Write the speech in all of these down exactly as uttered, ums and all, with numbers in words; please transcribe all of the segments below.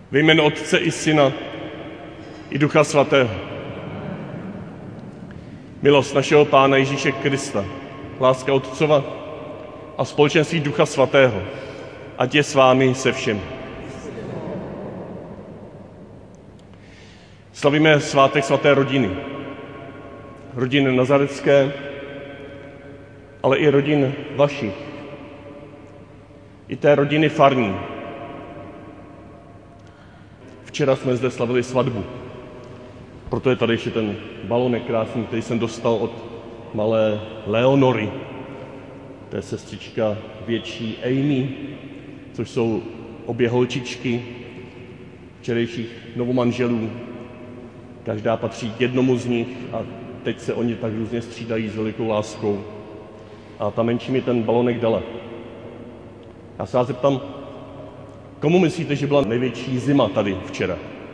Ve jménu Otce i Syna i Ducha Svatého. Milost našeho Pána Ježíše Krista, láska Otcova a společenství Ducha Svatého, ať je s vámi se všemi. Slavíme svátek svaté rodiny. Rodiny nazarecké, ale i rodin vašich. I té rodiny farní. Včera jsme zde slavili svatbu. Proto je tady ještě ten balonek krásný, který jsem dostal od malé Leonory. To je sestřička větší Amy, což jsou obě holčičky včerejších novomanželů. Každá patří k jednomu z nich a teď se oni tak různě střídají s velikou láskou. A ta menší mi ten balonek dala. Já se vás zeptám, komu myslíte, že byla největší zima tady včera?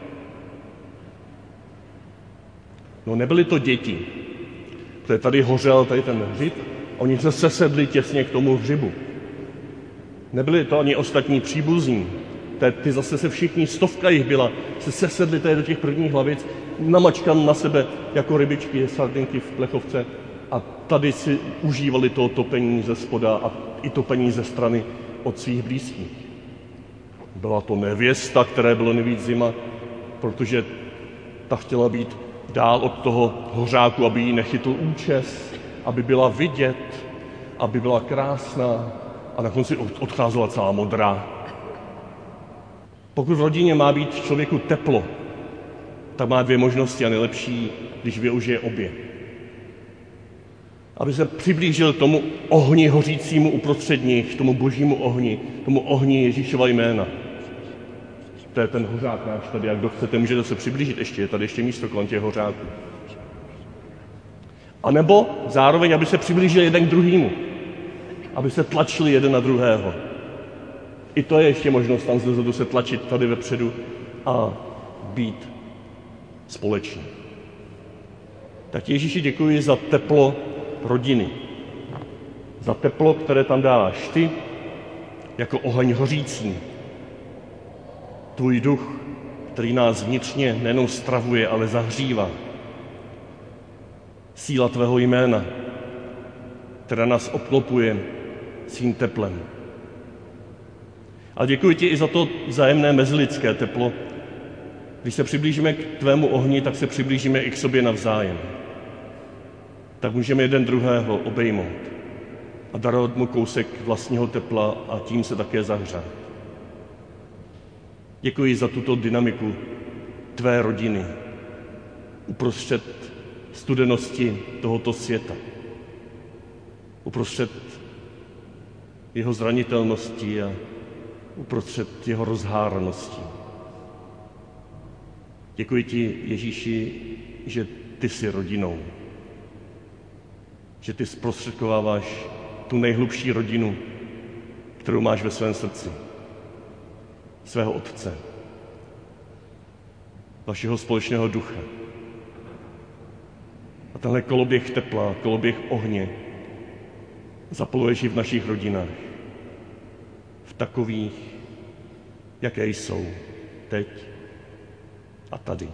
No nebyly to děti, protože tady hořel tady ten hřib, oni se sesedli těsně k tomu hřibu. Nebyli to ani ostatní příbuzní, ty zase se všichni, stovka jich byla, se sesedli tady do těch prvních hlavic, namačkan na sebe jako rybičky, sardinky v plechovce a tady si užívali to topení ze spoda a i topení ze strany od svých blízkých. Byla to nevěsta, které bylo nejvíc zima, protože ta chtěla být dál od toho hořáku, aby jí nechytl účes, aby byla vidět, aby byla krásná a na konci odcházela celá modrá. Pokud v rodině má být člověku teplo, tak má dvě možnosti a nejlepší, když využije obě. Aby se přiblížil tomu ohni hořícímu uprostřed nich, tomu božímu ohni, tomu ohni Ježíšova jména. To je ten hořák náš tady, jak kdo chcete, můžete se přiblížit ještě, je tady ještě místo kolem těch hořáků. A nebo zároveň, aby se přiblížil jeden k druhému, aby se tlačili jeden na druhého. I to je ještě možnost tam zezadu se tlačit tady vepředu a být společný. Tak Ježíši děkuji za teplo rodiny. Za teplo, které tam dáváš ty, jako oheň hořící. Tvůj duch, který nás vnitřně nejenom stravuje, ale zahřívá. Síla tvého jména, která nás obklopuje svým teplem. A děkuji ti i za to vzájemné mezilidské teplo. Když se přiblížíme k tvému ohni, tak se přiblížíme i k sobě navzájem. Tak můžeme jeden druhého obejmout a darovat mu kousek vlastního tepla a tím se také zahřát. Děkuji za tuto dynamiku tvé rodiny uprostřed studenosti tohoto světa, uprostřed jeho zranitelnosti a uprostřed jeho rozháranosti. Děkuji ti, Ježíši, že ty jsi rodinou, že ty zprostředkováváš tu nejhlubší rodinu, kterou máš ve svém srdci, svého Otce, vašeho společného ducha. A tenhle koloběh tepla, koloběh ohně zapaluješ i v našich rodinách, v takových, jaké jsou teď a tady.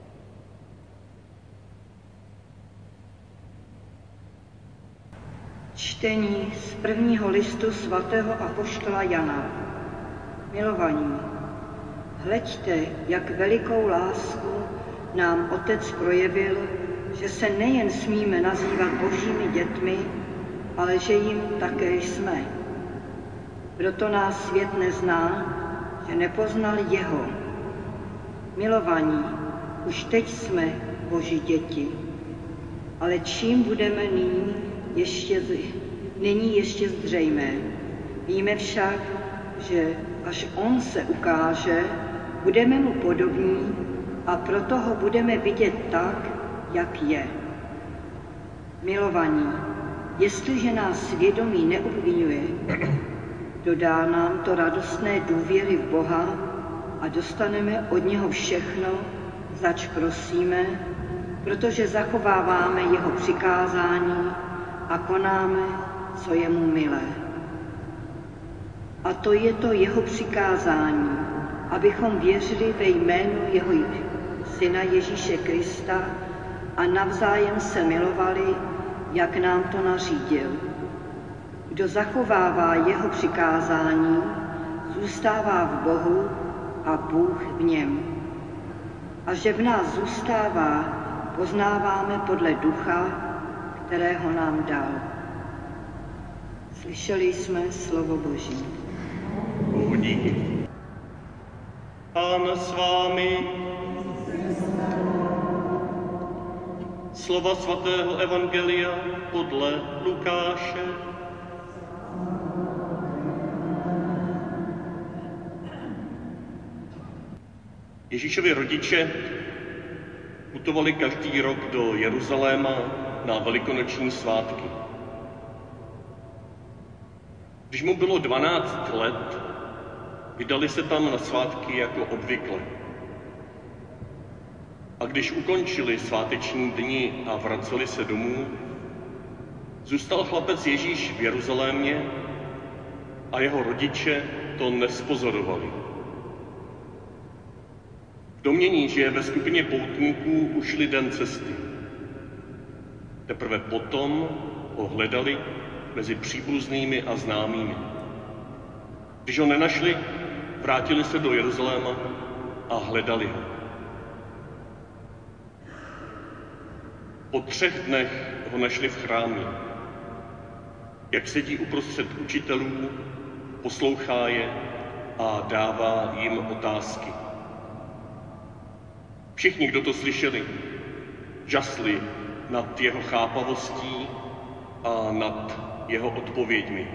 Čtení z prvního listu svatého apoštola Jana. Milovaní, hleďte, jak velikou lásku nám Otec projevil, že se nejen smíme nazývat božími dětmi, ale že jim také jsme. Proto nás svět nezná, že nepoznal jeho. Milovaní, už teď jsme boží děti, ale čím budeme nyní ještě, není ještě zřejmé. Víme však, že až on se ukáže, budeme mu podobní a proto ho budeme vidět tak, jak je. Milovaní, jestliže nás svědomí neobvinuje, dodá nám to radostné důvěry v Boha a dostaneme od něho všechno, zač prosíme, protože zachováváme jeho přikázání a konáme, co je mu milé. A to je to jeho přikázání, abychom věřili ve jménu jeho syna Ježíše Krista a navzájem se milovali, jak nám to nařídil. Kdo zachovává jeho přikázání, zůstává v Bohu a Bůh v něm. A že v nás zůstává, poznáváme podle ducha, kterého nám dal. Slyšeli jsme slovo Boží. Bohu díky. Pán s vámi. Slova svatého evangelia podle Lukáše. Ježíšovi rodiče putovali každý rok do Jeruzaléma na velikonoční svátky. Když mu bylo dvanáct let, vydali se tam na svátky jako obvykle. A když ukončili sváteční dni a vraceli se domů, zůstal chlapec Ježíš v Jeruzalémě a jeho rodiče to nespozorovali. V domnění, že je ve skupině poutníků, ušli den cesty. Teprve potom ho hledali mezi příbuznými a známými. Když ho nenašli, vrátili se do Jeruzaléma a hledali ho. Po třech dnech ho našli v chrámě, jak sedí uprostřed učitelů, poslouchá je a dává jim otázky. Všichni, kdo to slyšeli, žasli nad jeho chápavostí a nad jeho odpověďmi.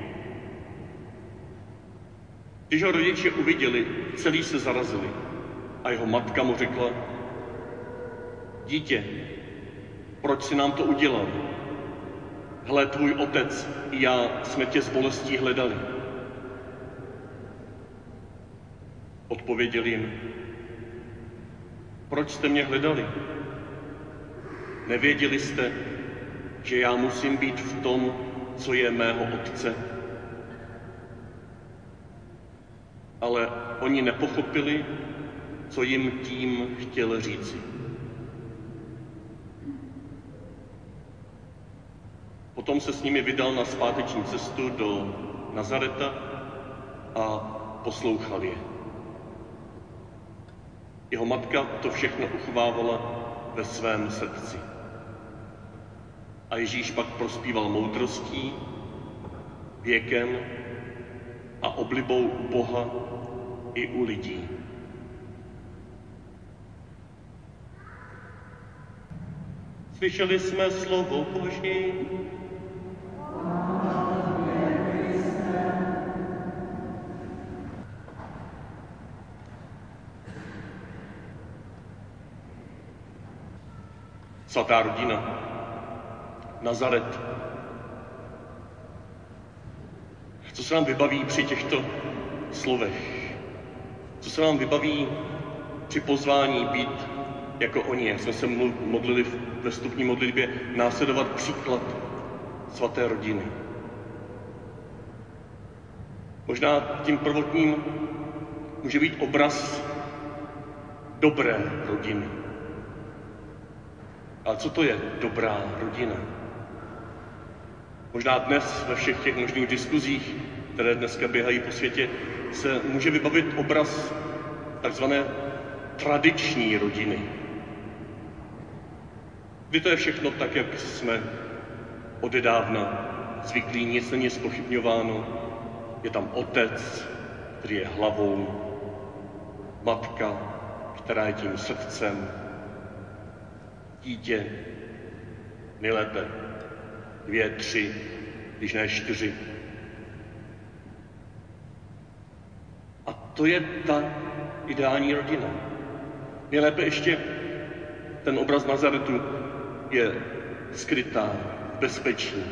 Když ho rodiče uviděli, celý se zarazili a jeho matka mu řekla: Dítě, proč si nám to udělal? Hle, tvůj otec i já jsme tě s bolestí hledali. Odpověděl jim: Proč jste mě hledali? Nevěděli jste, že já musím být v tom, co je mého otce? Ale oni nepochopili, co jim tím chtěl říci. Potom se s nimi vydal na zpáteční cestu do Nazareta a poslouchal je. Jeho matka to všechno uchovávala ve svém srdci. A Ježíš pak prospíval moudrostí, věkem a oblibou u Boha i u lidí. Slyšeli jsme slovo Boží. Svatá rodina, Nazaret. Co se nám vybaví při těchto slovech? Co se nám vybaví při pozvání být jako oni, jak jsme se modlili ve vstupní modlitbě, následovat příklad svaté rodiny? Možná tím prvotním může být obraz dobré rodiny. Ale co to je dobrá rodina? Možná dnes ve všech těch možných diskuzích, které dneska běhají po světě, se může vybavit obraz takzvané tradiční rodiny. Kdy to je všechno tak, jak jsme odedávna zvyklí, nic není zpochybňováno. Je tam otec, který je hlavou, matka, která je tím srdcem, dítě, nejlépe dvě, tři, když ne čtyři. A to je ta ideální rodina. Nejlépe ještě ten obraz Nazaretu je skrytá, bezpečí.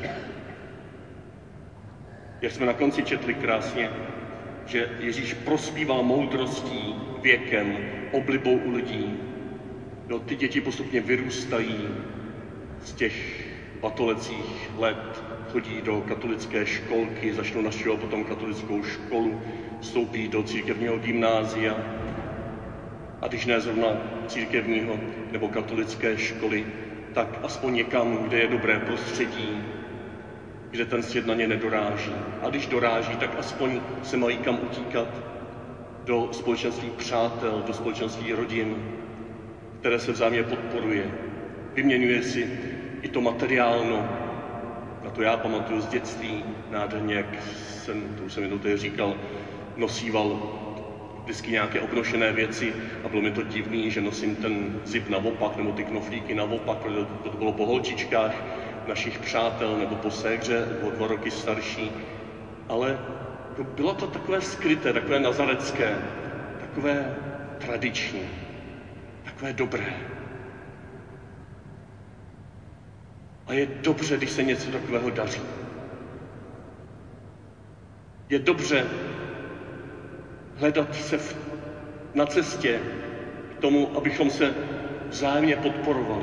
Jak jsme na konci četli krásně, že Ježíš prospíval moudrostí, věkem, oblibou u lidí. No, ty děti postupně vyrůstají z těch patolecích let, chodí do katolické školky, začnou navštěvovat potom katolickou školu, vstoupí do církevního gymnázia A když ne zrovna církevního nebo katolické školy, tak aspoň někam, kde je dobré prostředí, kde ten svět na ně nedoráží. A když doráží, tak aspoň se mají kam utíkat do společenství přátel, do společenství rodin, které se vzájemně podporuje. Vyměňuje si i to materiálno. Na to já pamatuju z dětství nádherně, jak jsem, to už jsem jednou tady říkal, nosíval vždycky nějaké obnošené věci a bylo mi to divný, že nosím ten zip naopak nebo ty knoflíky naopak, protože to bylo po holčičkách našich přátel nebo po ségře o dva roky starší. Ale bylo to takové skryté, takové nazarecké, takové tradiční, takové dobré. A je dobře, když se něco takového daří. Je dobře hledat se v, na cestě k tomu, abychom se vzájemně podporovali.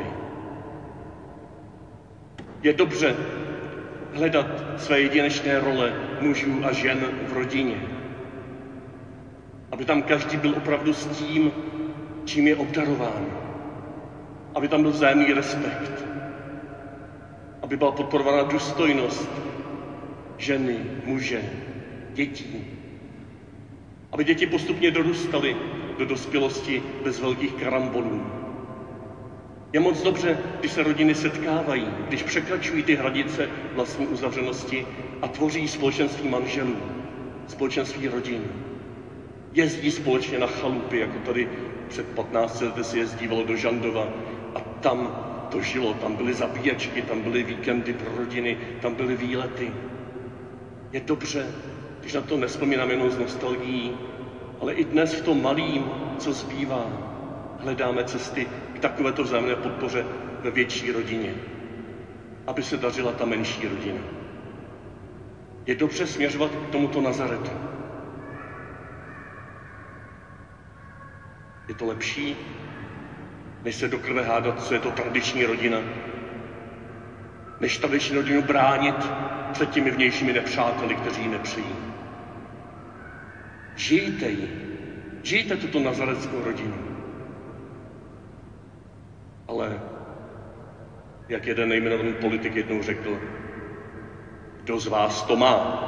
Je dobře hledat své jedinečné role mužů a žen v rodině. Aby tam každý byl opravdu s tím, čím je obdarován. Aby tam byl vzájemný respekt. Aby byla podporována důstojnost ženy, muže, dětí. Aby děti postupně dorůstaly do dospělosti bez velkých karambolů. Je moc dobře, když se rodiny setkávají, když překračují ty hranice vlastní uzavřenosti a tvoří společenství manželů, společenství rodin. Jezdí společně na chalupy, jako tady před patnácti lety se jezdívalo do Žandova a tam to žilo, tam byly zabíjačky, tam byly víkendy pro rodiny, tam byly výlety. Je dobře, když na to nevzpomínám jenom z nostalgií, ale i dnes v tom malým, co zbývá, hledáme cesty k takovéto vzájemné podpoře ve větší rodině, aby se dařila ta menší rodina. Je dobře směřovat k tomuto Nazaretu. Je to lepší, než se do krve hádat, co je to tradiční rodina, než tradiční rodinu bránit před těmi vnějšími nepřáteli, kteří ji nepřejí. Žijte ji, žijte tuto nazareckou rodinu. Ale, jak jeden nejmenovaný politik jednou řekl, kdo z vás to má?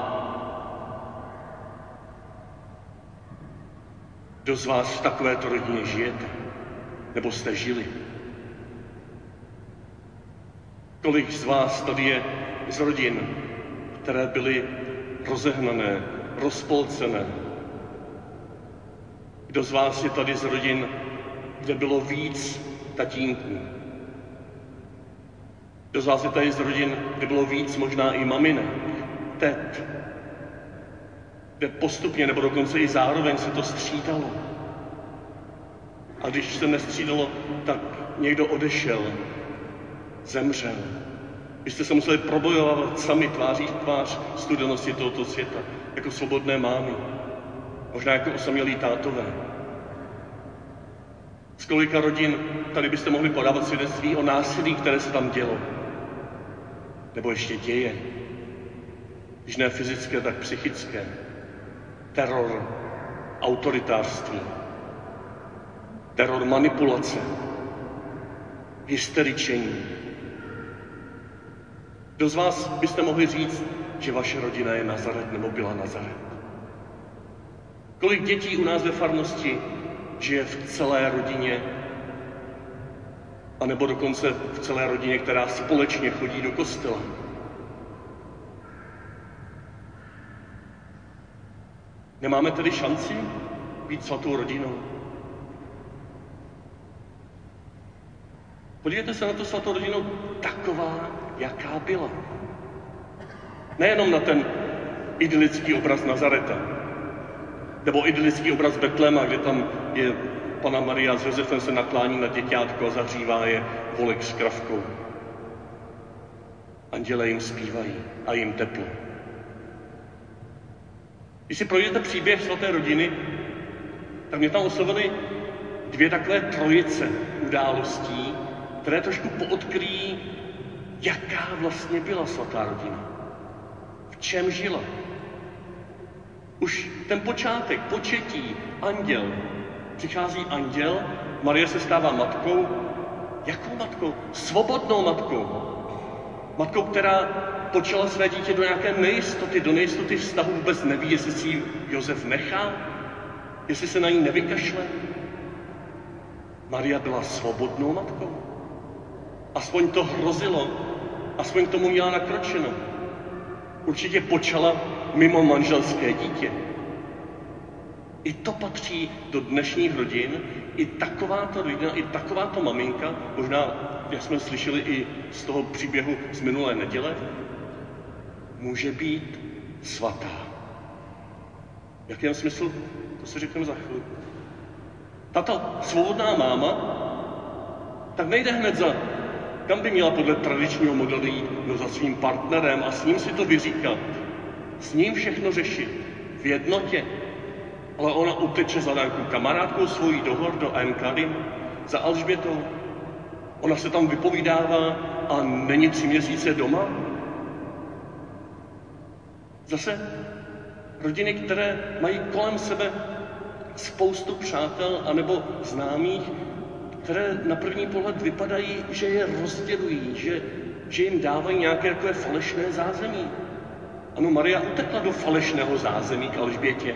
Kdo z vás v takovéto rodině žijete? Nebo jste žili? Kolik z vás tady je z rodin, které byly rozehnané, rozpolcené? Kdo z vás je tady z rodin, kde bylo víc tatínků? Kdo z vás je tady z rodin, kde bylo víc možná i maminek, tet? Kde postupně nebo dokonce i zároveň se to střídalo? A když se nestřídalo, tak někdo odešel, zemřel. Vy jste se museli probojovat sami tváří v tvář studenosti tohoto světa, jako svobodné mámy, možná jako osamělí tátové. Z kolika rodin tady byste mohli podávat svědectví o násilí, které se tam dělo. Nebo ještě děje. Když ne fyzické, tak psychické. Teror, autoritářství. Teror manipulace, hysteričení. Kdo z vás byste mohli říct, že vaše rodina je Nazaret nebo byla Nazaret? Kolik dětí u nás ve farnosti žije v celé rodině, anebo dokonce v celé rodině, která společně chodí do kostela? Nemáme tedy šanci být svatou rodinou? Podívejte se na tu svatou rodinu taková, jaká byla. Nejenom na ten idylický obraz Nazareta, nebo idylický obraz Betléma, kde tam je Panna Maria s Josefem se naklání na děťátko a zahřívá je volek s kravkou. Anděle jim zpívají a jim teplo. Když si projdete příběh svaté rodiny, tak mě tam oslovily dvě takové trojice událostí, které trošku poodkryjí, jaká vlastně byla svatá rodina. V čem žila. Už ten počátek, početí, anděl, přichází anděl, Marie se stává matkou. Jakou matkou? Svobodnou matkou. Matkou, která počala své dítě do nějaké nejistoty, do nejistoty vztahu, vůbec neví, jestli si ji Josef nechá, jestli se na ní nevykašle. Maria byla svobodnou matkou. Aspoň to hrozilo, aspoň k tomu měla nakročeno. Určitě počala mimo manželské dítě. I to patří do dnešních rodin, i takováto rodina, i takováto maminka, možná, jak jsme slyšeli i z toho příběhu z minulé neděle, může být svatá. V jakém smyslu? To si řekneme za chvíli. Tato svobodná máma tak nejde hned za, kam by měla podle tradičního modelu jít, no za svým partnerem a s ním si to vyříkat. S ním všechno řešit. V jednotě. Ale ona uteče za nějakou kamarádkou svojí do hor, do Engadin, za Alžbětou. Ona se tam vypovídává a není tři měsíce doma. Zase rodiny, které mají kolem sebe spoustu přátel anebo známých, které na první pohled vypadají, že je rozdělují, že, že jim dávají nějaké takové falešné zázemí. Ano, Maria utekla do falešného zázemí k Alžbětě.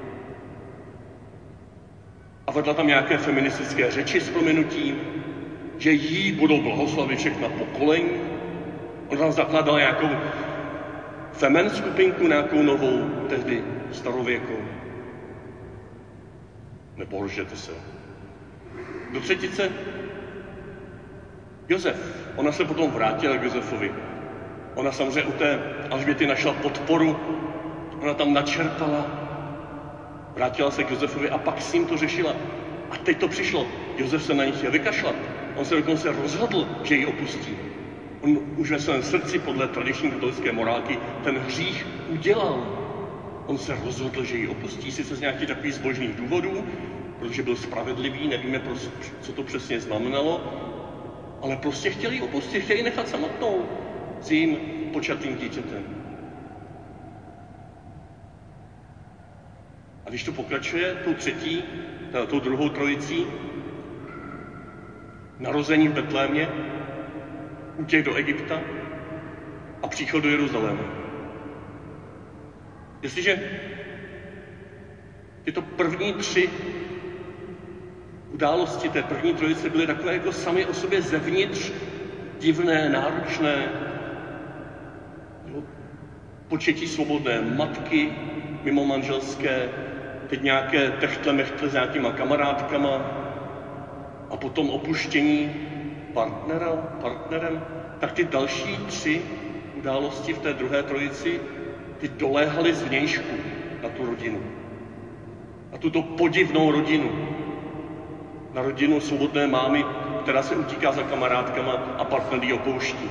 A vedla tam nějaké feministické řeči s prominutím, že jí budou blahoslavit všechna pokolení. On tam zakládal nějakou femen skupinku, nějakou novou, tehdy starověkou. Nepohoršete se. Do třetice Josef. Ona se potom vrátila k Josefovi. Ona samozřejmě u té Alžběty našla podporu, ona tam načerpala, vrátila se k Josefovi a pak s ním to řešila. A teď to přišlo. Josef se na ní chtěl vykašlat. On se dokonce rozhodl, že ji opustí. On už ve svém srdci podle tradiční katolické morálky ten hřích udělal. On se rozhodl, že ji opustí, sice z nějakých takových zbožných důvodů, protože byl spravedlivý, nevíme, co to přesně znamenalo, ale prostě chtěl ji opustit, chtěl ji nechat samotnou s jím počatým dítětem. A když to pokračuje, tou třetí, tou druhou trojicí, narození v Betlémě, útěk do Egypta a příchod do Jeruzaléma. Jestliže tyto první tři události té první trojice byly takové jako sami o sobě zevnitř divné, náročné, početí svobodné matky, mimo manželské, teď nějaké techtle mechtle s nějakýma kamarádkama a potom opuštění partnera, partnerem, tak ty další tři události v té druhé trojici, ty doléhaly zvnějšku na tu rodinu. Na tuto podivnou rodinu. Na rodinu svobodné mámy, která se utíká za kamarádkama a partner ji opouští.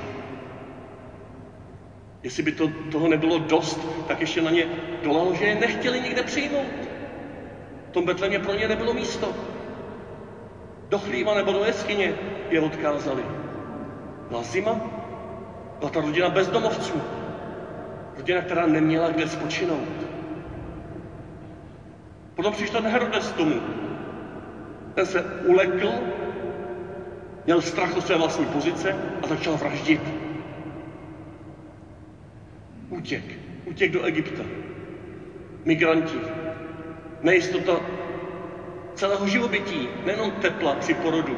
Jestli by to, toho nebylo dost, tak ještě na ně dolalo, že je nechtěli nikde přijmout. V tom Betlémě pro ně nebylo místo. Do chlíva nebo do jeskyně je odkázali. Byla zima, byla ta rodina bezdomovců. Rodina, která neměla kde spočinout. Potom přišel ten Herodes k tomu. Ten se ulekl, měl strach o své vlastní pozice a začal vraždit. Útěk. Útěk do Egypta. Migranti. Nejistota celého živobytí, nejenom tepla při porodu.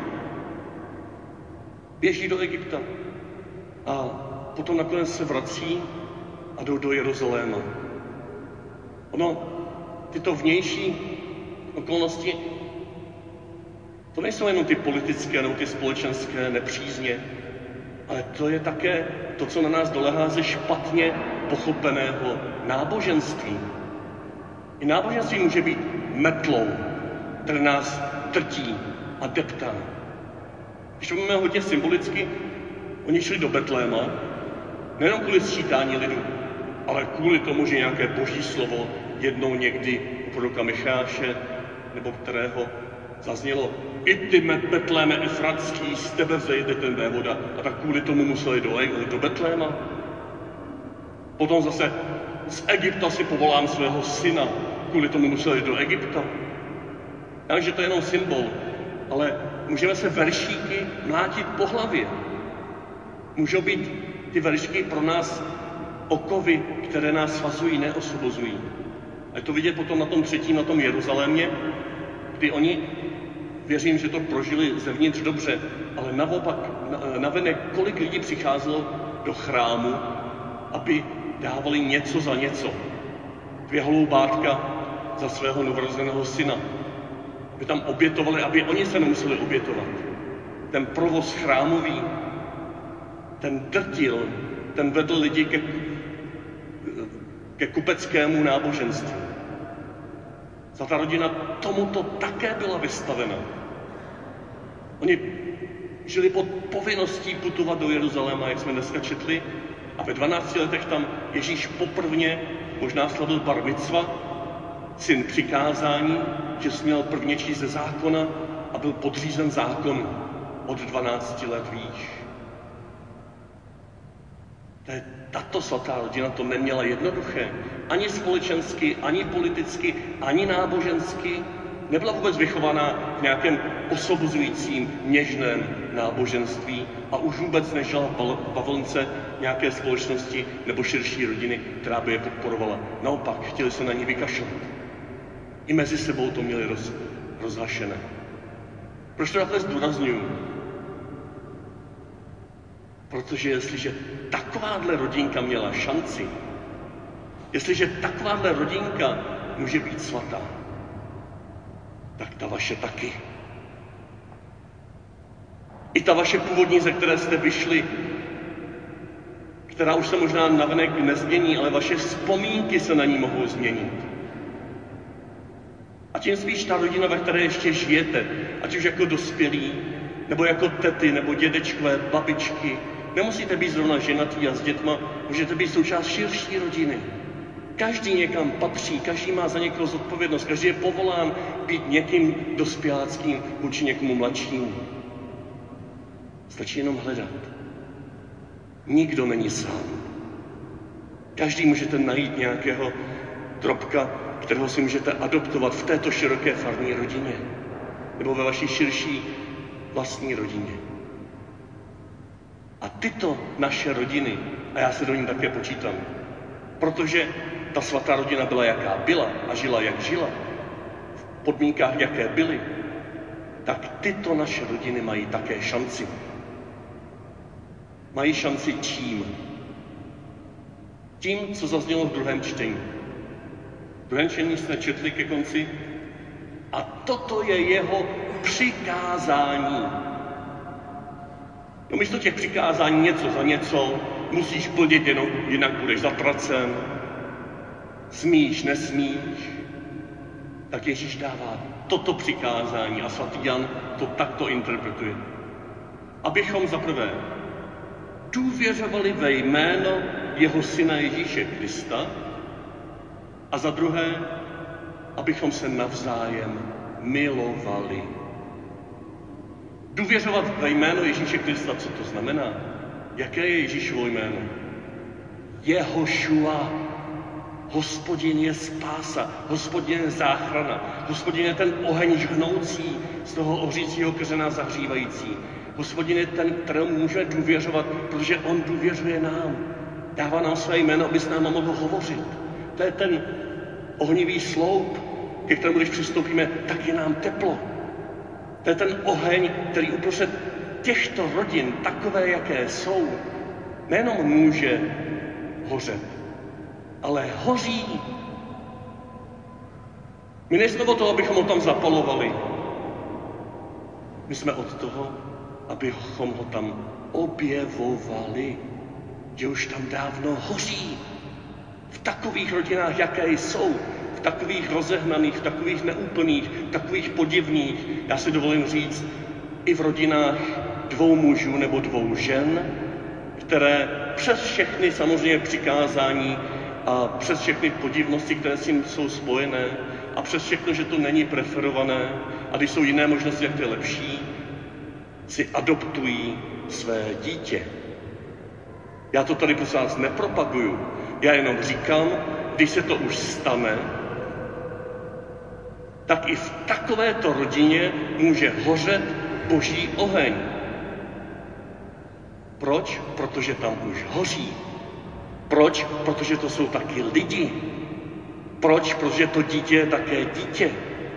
Běží do Egypta a potom nakonec se vrací a jdou do Jeruzaléma. Ono, tyto vnější okolnosti, to nejsou jenom ty politické nebo ty společenské nepřízně, ale to je také to, co na nás dolehá ze špatně pochopeného náboženství. I náboženství může být metlou, které nás drtí a deptá. Když to máme hodně symbolicky, oni šli do Betléma, nejenom kvůli sčítání lidu, ale kvůli tomu, že nějaké boží slovo jednou někdy u proroka Micháše, nebo kterého zaznělo: I ty Betléme Efratský, z tebe vzejde ten vévoda. A tak kvůli tomu museli do, do Betléma. Potom zase z Egypta si povolám svého syna. Kvůli tomu museli do Egypta. Já vím, že to je jenom symbol, ale můžeme se veršíky mlátit po hlavě. Můžou být ty veršíky pro nás okovy, které nás svazují, neosvobozují. A je to vidět potom na tom třetím, na tom Jeruzalémě, kdy oni, věřím, že to prožili zevnitř dobře, ale naopak, navenek, kolik lidí přicházelo do chrámu, aby dávali něco za něco. Dvě holoubátka za svého novorozeného syna. Aby tam obětovali, aby oni se nemuseli obětovat. Ten provoz chrámový, ten drtil, ten vedl lidi ke, ke kupeckému náboženství. Svatá rodina tomuto také byla vystavena. Oni žili pod povinností putovat do Jeruzaléma, jak jsme dneska četli, a ve dvanácti letech tam Ježíš poprvně možná slavil bar micva, syn přikázání, že směl prvně číst ze zákona a byl podřízen zákonu od dvanácti let výš. Tato svatá rodina to neměla jednoduché. Ani společensky, ani politicky, ani nábožensky. Nebyla vůbec vychovaná v nějakém osobozujícím, něžném náboženství a už vůbec nežila v bavlnce nějaké společnosti nebo širší rodiny, která by je podporovala. Naopak, chtěli se na ní vykašlat. I mezi sebou to měli roz, rozhašené. Proč to takhle zdůrazňuji? Protože jestliže takováhle rodinka měla šanci, jestliže takováhle rodinka může být svatá, tak ta vaše taky. I ta vaše původní, ze které jste vyšli, která už se možná navenek nezmění, ale vaše vzpomínky se na ní mohou změnit. A tím spíš ta rodina, ve které ještě žijete, ať už jako dospělí, nebo jako tety, nebo dědečkové, babičky. Nemusíte být zrovna ženatý a s dětma, můžete být součást širší rodiny. Každý někam patří, každý má za někoho zodpovědnost, každý je povolán být někým dospěláckým vůči někomu mladšímu. Stačí jenom hledat. Nikdo není sám. Každý můžete najít nějakého drobka, kterého si můžete adoptovat v této široké farní rodině nebo ve vaší širší vlastní rodině. A tyto naše rodiny, a já se do ní také počítám, protože ta svatá rodina byla jaká byla a žila jak žila, v podmínkách jaké byly, tak tyto naše rodiny mají také šanci. Mají šanci čím? Tím, co zaznělo v druhém čtení. V druhém čtení jsme četli ke konci a toto je jeho přikázání. No místo těch přikázání něco za něco, musíš plnit, jenom, jinak budeš zatracen, smíš, nesmíš, tak Ježíš dává toto přikázání a svatý Jan to takto interpretuje. Abychom zaprvé důvěřovali ve jméno jeho syna Ježíše Krista a za druhé, abychom se navzájem milovali. Důvěřovat ve jméno Ježíše Krista, co to znamená? Jaké je Ježíšovo jméno? Jehošua. Hospodin je spása, Hospodin je záchrana, Hospodin je ten oheň žhnoucí, z toho ohřícího křena zahřívající. Hospodin je ten, kterému můžeme důvěřovat, protože on důvěřuje nám. Dává nám své jméno, aby s náma mohl hovořit. To je ten ohnivý sloup, ke kterému, když přistoupíme, tak je nám teplo. To je ten oheň, který uprostřed těchto rodin, takové, jaké jsou, nejenom může hořet, ale hoří. My nejsme od toho, abychom ho tam zapalovali. My jsme od toho, abychom ho tam objevovali, že už tam dávno hoří. V takových rodinách, jaké jsou, v takových rozehnaných, v takových neúplných, v takových podivných, já si dovolím říct, i v rodinách dvou mužů nebo dvou žen, které přes všechny samozřejmě přikázání a přes všechny podivnosti, které s tím jsou spojené a přes všechno, že to není preferované a když jsou jiné možnosti, jak to je lepší, si adoptují své dítě. Já to tady prosím vás nepropaguju, já jenom říkám, když se to už stane, tak i v takovéto rodině může hořet Boží oheň. Proč? Protože tam už hoří. Proč? Protože to jsou taky lidi. Proč? Protože to dítě je také dítě.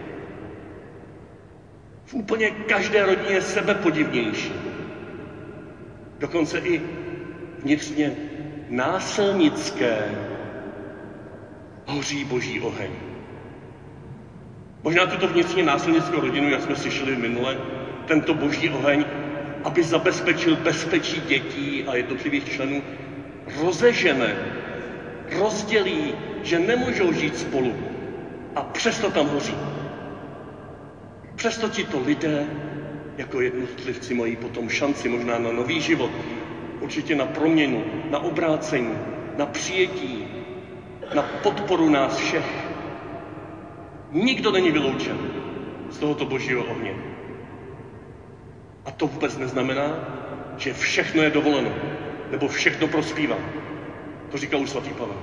V úplně každé rodině je sebepodivnější. Dokonce i vnitřně násilnické hoří Boží oheň. Možná tuto vnitřně násilnickou rodinu, jak jsme slyšeli minule, tento Boží oheň, aby zabezpečil bezpečí dětí a jednotlivých členů, rozežene, rozdělí, že nemůžou žít spolu a přesto tam hoří. Přesto tito lidé jako jednotlivci mají potom šanci možná na nový život, určitě na proměnu, na obrácení, na přijetí, na podporu nás všech. Nikdo není vyloučen z tohoto Božího ohně. A to vůbec neznamená, že všechno je dovoleno, nebo všechno prospívá. To říkal už svatý Pavel.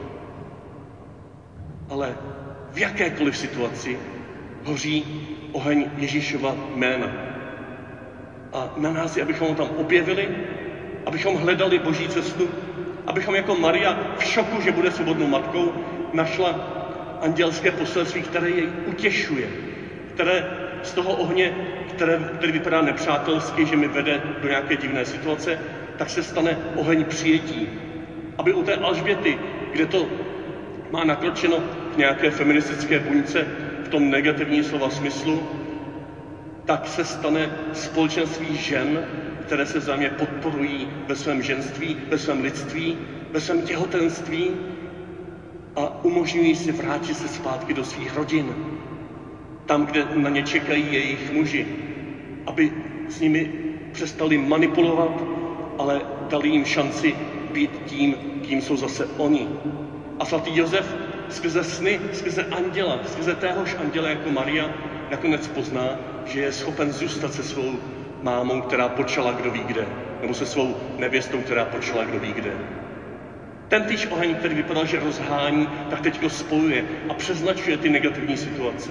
Ale v jakékoliv situaci hoří oheň Ježíšova jména. A na nás je, abychom ho tam objevili, abychom hledali Boží cestu, abychom jako Maria v šoku, že bude svobodnou matkou, našla andělské poselství, které jej utěšuje, které z toho ohně, které, který vypadá nepřátelsky, že mi vede do nějaké divné situace, tak se stane oheň přijetí. Aby u té Alžběty, kde to má nakročeno k nějaké feministické buňce v tom negativní slova smyslu, tak se stane společenství žen, které se vzájemně podporují ve svém ženství, ve svém lidství, ve svém těhotenství a umožňují si vrátit se zpátky do svých rodin. Tam, kde na ně čekají jejich muži, aby s nimi přestali manipulovat, ale dali jim šanci být tím, kým jsou zase oni. A svatý Josef skrze sny, skrze anděla, skrze téhož anděla jako Maria, nakonec pozná, že je schopen zůstat se svou mámou, která počala kdo ví kde, nebo se svou nevěstou, která počala kdo ví kde. Ten týž oheň, který vypadal, že rozhání, tak teďko spojuje a přeznačuje ty negativní situace.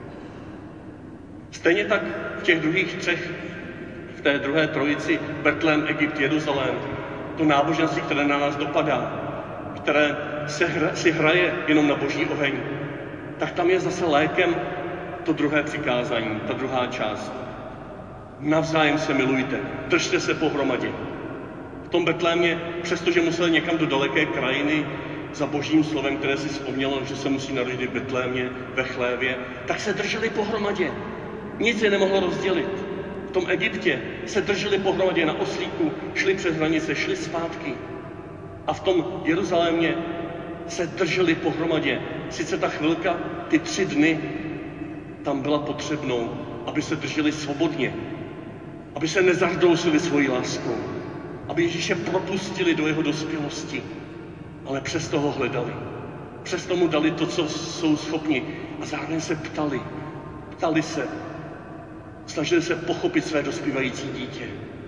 Stejně tak v těch druhých třech, v té druhé trojici, Betlém, Egypt, Jeruzalém, to náboženství, které na nás dopadá, které se hra, si hraje jenom na Boží oheň, tak tam je zase lékem to druhé přikázání, ta druhá část. Navzájem se milujte, držte se pohromadě. V tom Betlémě, přestože museli někam do daleké krajiny za Božím slovem, které si vzpomnělo, že se musí narodit v Betlémě, ve chlévě, tak se drželi pohromadě. Nic je nemohlo rozdělit. V tom Egyptě se drželi pohromadě na oslíku, šli přes hranice, šli zpátky. A v tom Jeruzalémě se drželi pohromadě. Sice ta chvilka, ty tři dny, tam byla potřebnou, aby se drželi svobodně, aby se nezardousili svojí láskou, aby Ježíše propustili do jeho dospělosti, ale přesto ho hledali. Přesto mu dali to, co jsou schopni a zároveň se ptali. Ptali se, snažili se pochopit své dospívající dítě.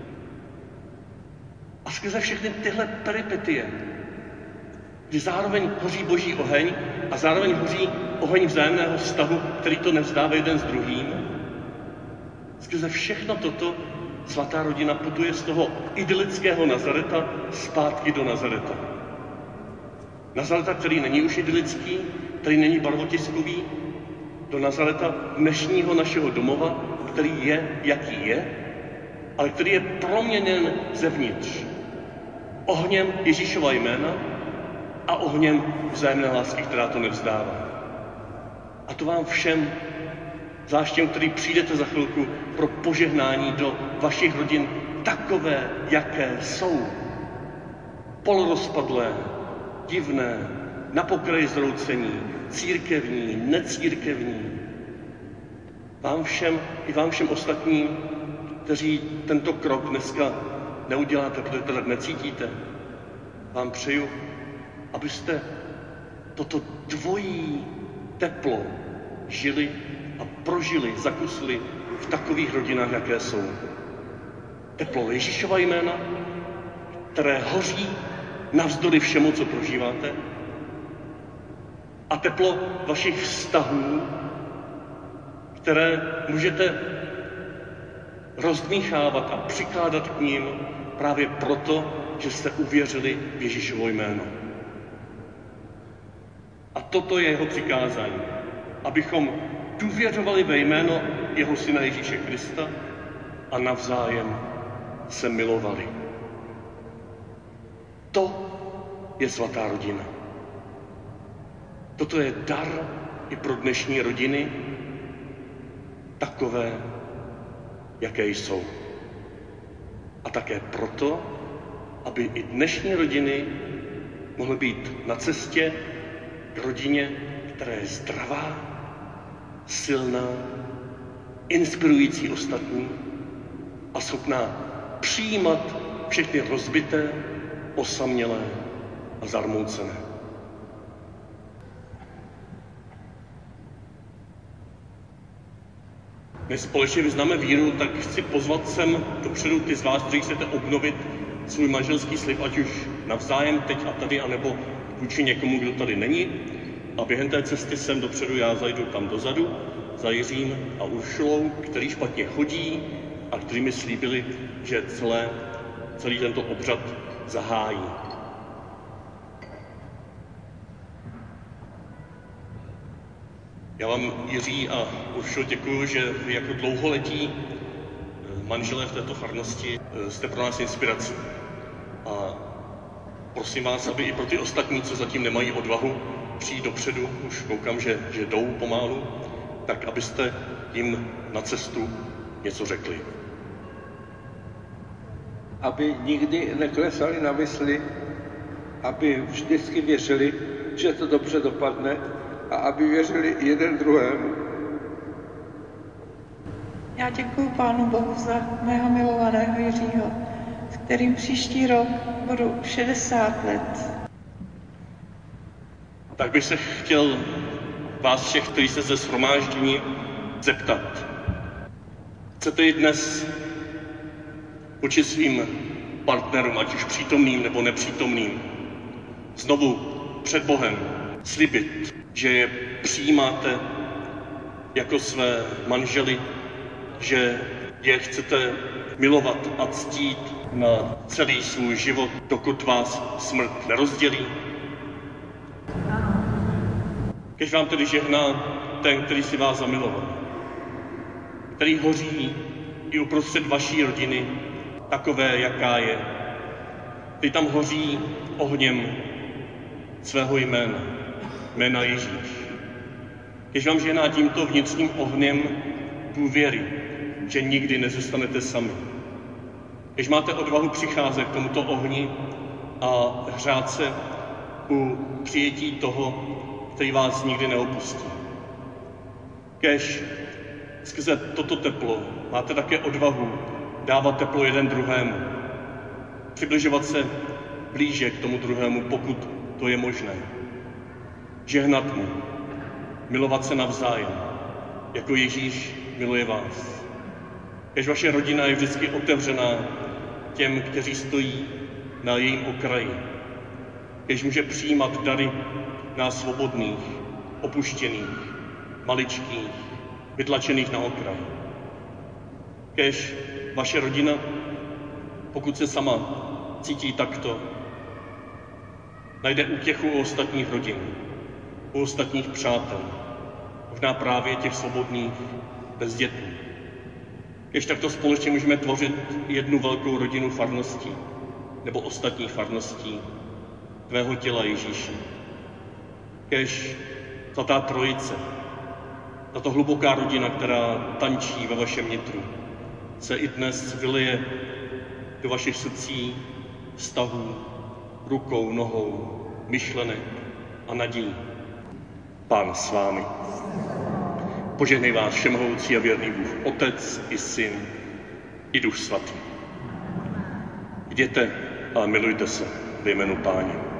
A skrze všechny tyhle peripetie, kdy zároveň hoří Boží oheň a zároveň hoří oheň vzájemného vztahu, který to nevzdává jeden s druhým, skrze všechno toto svatá rodina putuje z toho idylického Nazareta zpátky do Nazareta. Nazareta, který není už idylický, který není barvotiskový, do Nazareta dnešního našeho domova, který je, jaký je, ale který je proměněn zevnitř. Ohněm Ježíšova jména a ohněm vzájemné lásky, která to nevzdává. A to vám všem, zvlášť těm, který přijdete za chvilku pro požehnání do vašich rodin, takové, jaké jsou. Polorozpadlé, divné, na pokraji zroucení, církevní, necírkevní. Vám všem i vám všem ostatním, kteří tento krok dneska neuděláte, protože to tak necítíte, vám přeju, abyste toto dvojí teplo žili a prožili, zakusili v takových rodinách, jaké jsou. Teplo Ježíšova jména, které hoří navzdory všemu, co prožíváte, a teplo vašich vztahů, které můžete rozdmíchávat a přikládat k ním právě proto, že jste uvěřili v Ježíšovo jméno. A toto je jeho přikázání, abychom důvěřovali ve jméno jeho syna Ježíše Krista a navzájem se milovali. To je svatá rodina. Toto je dar i pro dnešní rodiny, takové, jaké jsou. A také proto, aby i dnešní rodiny mohly být na cestě k rodině, která je zdravá, silná, inspirující ostatní a schopná přijímat všechny rozbité, osamělé a zarmoucené. Než společně vyznáme víru, tak chci pozvat sem dopředu ty z vás, kteří chcete obnovit svůj manželský slib, ať už navzájem, teď a tady, anebo vůči někomu, kdo tady není. A během té cesty sem dopředu já zajdu tam dozadu za Jiřím a Uršulou, který špatně chodí a kteří mi slíbili, že celé, celý tento obřad zahájí. Já vám, Jiří a Uršulo, děkuju, že vy jako dlouholetí manželé v této farnosti jste pro nás inspirací. A prosím vás, aby i pro ty ostatní, co zatím nemají odvahu přijít dopředu, už koukám, že, že jdou pomalu, tak abyste jim na cestu něco řekli. Aby nikdy neklesali na mysli, aby vždycky věřili, že to dobře dopadne a aby věřili jeden druhému. Já děkuji Pánu Bohu za mého milovaného Jiřího, s kterým příští rok budu šedesát let. Tak bych se chtěl vás všech, kteří jste ze shromáždění, zeptat. Chcete i dnes vůči svým partnerům, ať už přítomným nebo nepřítomným, znovu před Bohem slibit, že je přijímáte jako své manžely, že je chcete milovat a ctít na celý svůj život, dokud vás smrt nerozdělí? Kež vám tedy žehná ten, který si vás zamiloval, který hoří i uprostřed vaší rodiny, takové, jaká je. Ty tam hoří ohněm svého jména, jména Ježíš. Kež vám žehná tímto vnitřním ohněm důvěry, že nikdy nezůstanete sami. Kež máte odvahu přicházet k tomuto ohni a hřát se u přijetí toho, který vás nikdy neopustí. Kež skrze toto teplo máte také odvahu dávat teplo jeden druhému, přibližovat se blíže k tomu druhému, pokud to je možné. Žehnat mu, milovat se navzájem, jako Ježíš miluje vás. Kež vaše rodina je vždycky otevřená těm, kteří stojí na jejím okraji. Kež může přijímat dary nás svobodných, opuštěných, maličkých, vytlačených na okraj. Kež vaše rodina, pokud se sama cítí takto, najde útěchu u ostatních rodin, u ostatních přátel, možná právě těch svobodných, bezdětných. Kež takto společně můžeme tvořit jednu velkou rodinu farností nebo ostatních farností tvého těla Ježíše. Kež svatá trojice, tato hluboká rodina, která tančí ve vašem nitru, se i dnes vylije do vašich srdcí, vztahů, rukou, nohou, myšlenek a nadějí. Pán s vámi. Požehnej vás všemohoucí a věrný Bůh, Otec i Syn i Duch Svatý. Jděte a milujte se ve jménu Páně.